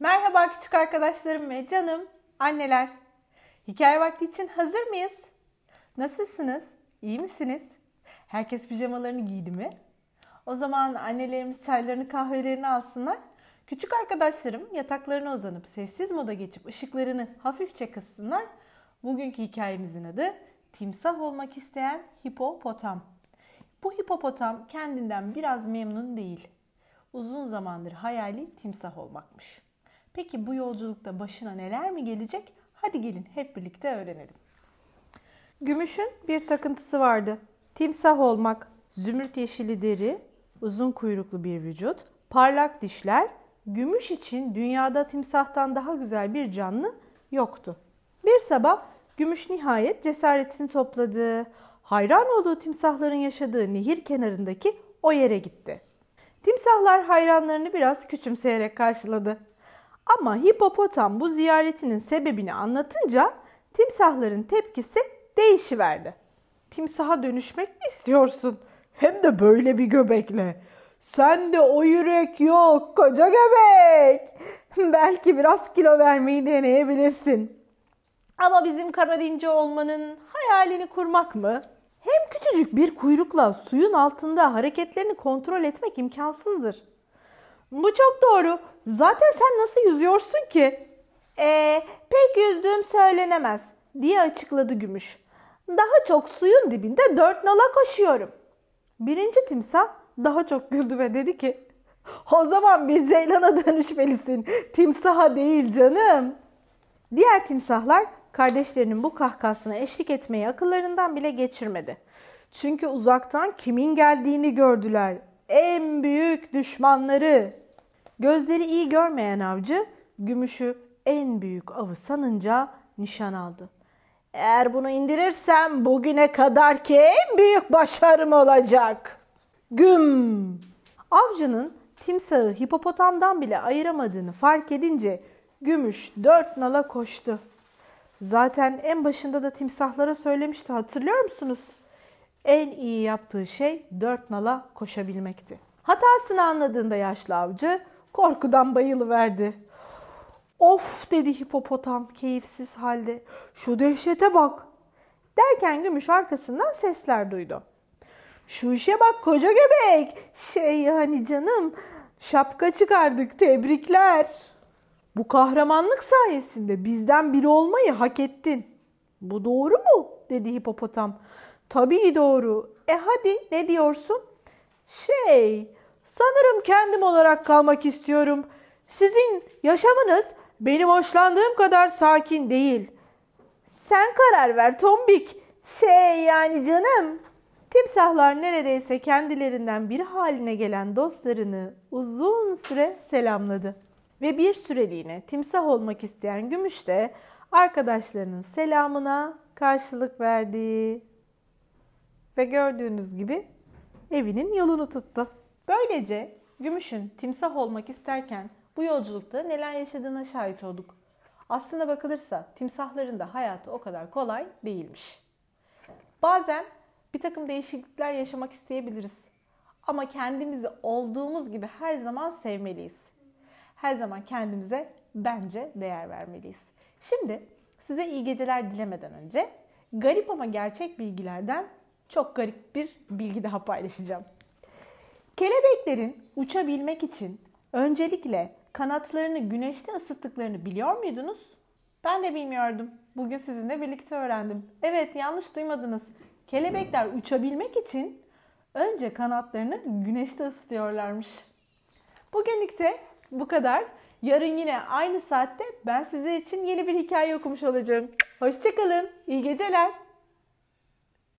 Merhaba küçük arkadaşlarım ve canım anneler. Hikaye vakti için hazır mıyız? Nasılsınız? İyi misiniz? Herkes pijamalarını giydi mi? O zaman annelerimiz çaylarını kahvelerini alsınlar. Küçük arkadaşlarım yataklarına uzanıp sessiz moda geçip ışıklarını hafifçe kıssınlar. Bugünkü hikayemizin adı Timsah olmak isteyen hipopotam. Bu hipopotam kendinden biraz memnun değil. Uzun zamandır hayali timsah olmakmış. Peki bu yolculukta başına neler mi gelecek? Hadi gelin hep birlikte öğrenelim. Gümüş'ün bir takıntısı vardı. Timsah olmak, zümrüt yeşili deri, uzun kuyruklu bir vücut, parlak dişler, Gümüş için dünyada timsahtan daha güzel bir canlı yoktu. Bir sabah Gümüş nihayet cesaretini topladı. Hayran olduğu timsahların yaşadığı nehir kenarındaki o yere gitti. Timsahlar hayranlarını biraz küçümseyerek karşıladı. Ama hipopotam bu ziyaretinin sebebini anlatınca timsahların tepkisi değişiverdi. Timsaha dönüşmek mi istiyorsun? Hem de böyle bir göbekle. Sende o yürek yok koca göbek. Belki biraz kilo vermeyi deneyebilirsin. Ama bizim kara olmanın hayalini kurmak mı? Hem küçücük bir kuyrukla suyun altında hareketlerini kontrol etmek imkansızdır. Bu çok doğru. Zaten sen nasıl yüzüyorsun ki? Pek yüzdüğüm söylenemez diye açıkladı Gümüş. Daha çok suyun dibinde 4 nala koşuyorum. Birinci timsah daha çok güldü ve dedi ki o zaman bir ceylana dönüşmelisin. Timsaha değil canım. Diğer timsahlar kardeşlerinin bu kahkahasına eşlik etmeyi akıllarından bile geçirmedi. Çünkü uzaktan kimin geldiğini gördüler. En büyük düşmanları. Gözleri iyi görmeyen avcı Gümüş'ü en büyük avı sanınca nişan aldı. Eğer bunu indirirsem bugüne kadarki en büyük başarım olacak. Güm! Avcının timsahı hipopotamdan bile ayıramadığını fark edince Gümüş 4 nala koştu. Zaten en başında da timsahlara söylemişti, hatırlıyor musunuz? En iyi yaptığı şey 4 nala koşabilmekti. Hatasını anladığında yaşlı avcı korkudan bayılıverdi. Of dedi hipopotam keyifsiz halde. Şu dehşete bak. Derken Gümüş arkasından sesler duydu. Şu işe bak koca göbek. Yani canım şapka çıkardık, tebrikler. Bu kahramanlık sayesinde bizden biri olmayı hak ettin. Bu doğru mu? Dedi hipopotam. Tabii doğru. Hadi ne diyorsun? Sanırım kendim olarak kalmak istiyorum. Sizin yaşamınız benim hoşlandığım kadar sakin değil. Sen karar ver tombik. Yani canım. Timsahlar neredeyse kendilerinden biri haline gelen dostlarını uzun süre selamladı. Ve bir süreliğine timsah olmak isteyen Gümüş de arkadaşlarının selamına karşılık verdi. Ve gördüğünüz gibi evinin yolunu tuttu. Böylece Gümüş'ün timsah olmak isterken bu yolculukta neler yaşadığına şahit olduk. Aslına bakılırsa timsahların da hayatı o kadar kolay değilmiş. Bazen bir takım değişiklikler yaşamak isteyebiliriz. Ama kendimizi olduğumuz gibi her zaman sevmeliyiz. Her zaman kendimize bence değer vermeliyiz. Şimdi size iyi geceler dilemeden önce garip ama gerçek bilgilerden çok garip bir bilgi daha paylaşacağım. Kelebeklerin uçabilmek için öncelikle kanatlarını güneşte ısıttıklarını biliyor muydunuz? Ben de bilmiyordum. Bugün sizinle birlikte öğrendim. Evet, yanlış duymadınız. Kelebekler uçabilmek için önce kanatlarını güneşte ısıtıyorlarmış. Bugünlük de bu kadar. Yarın yine aynı saatte ben sizler için yeni bir hikaye okumuş olacağım. Hoşça kalın. İyi geceler.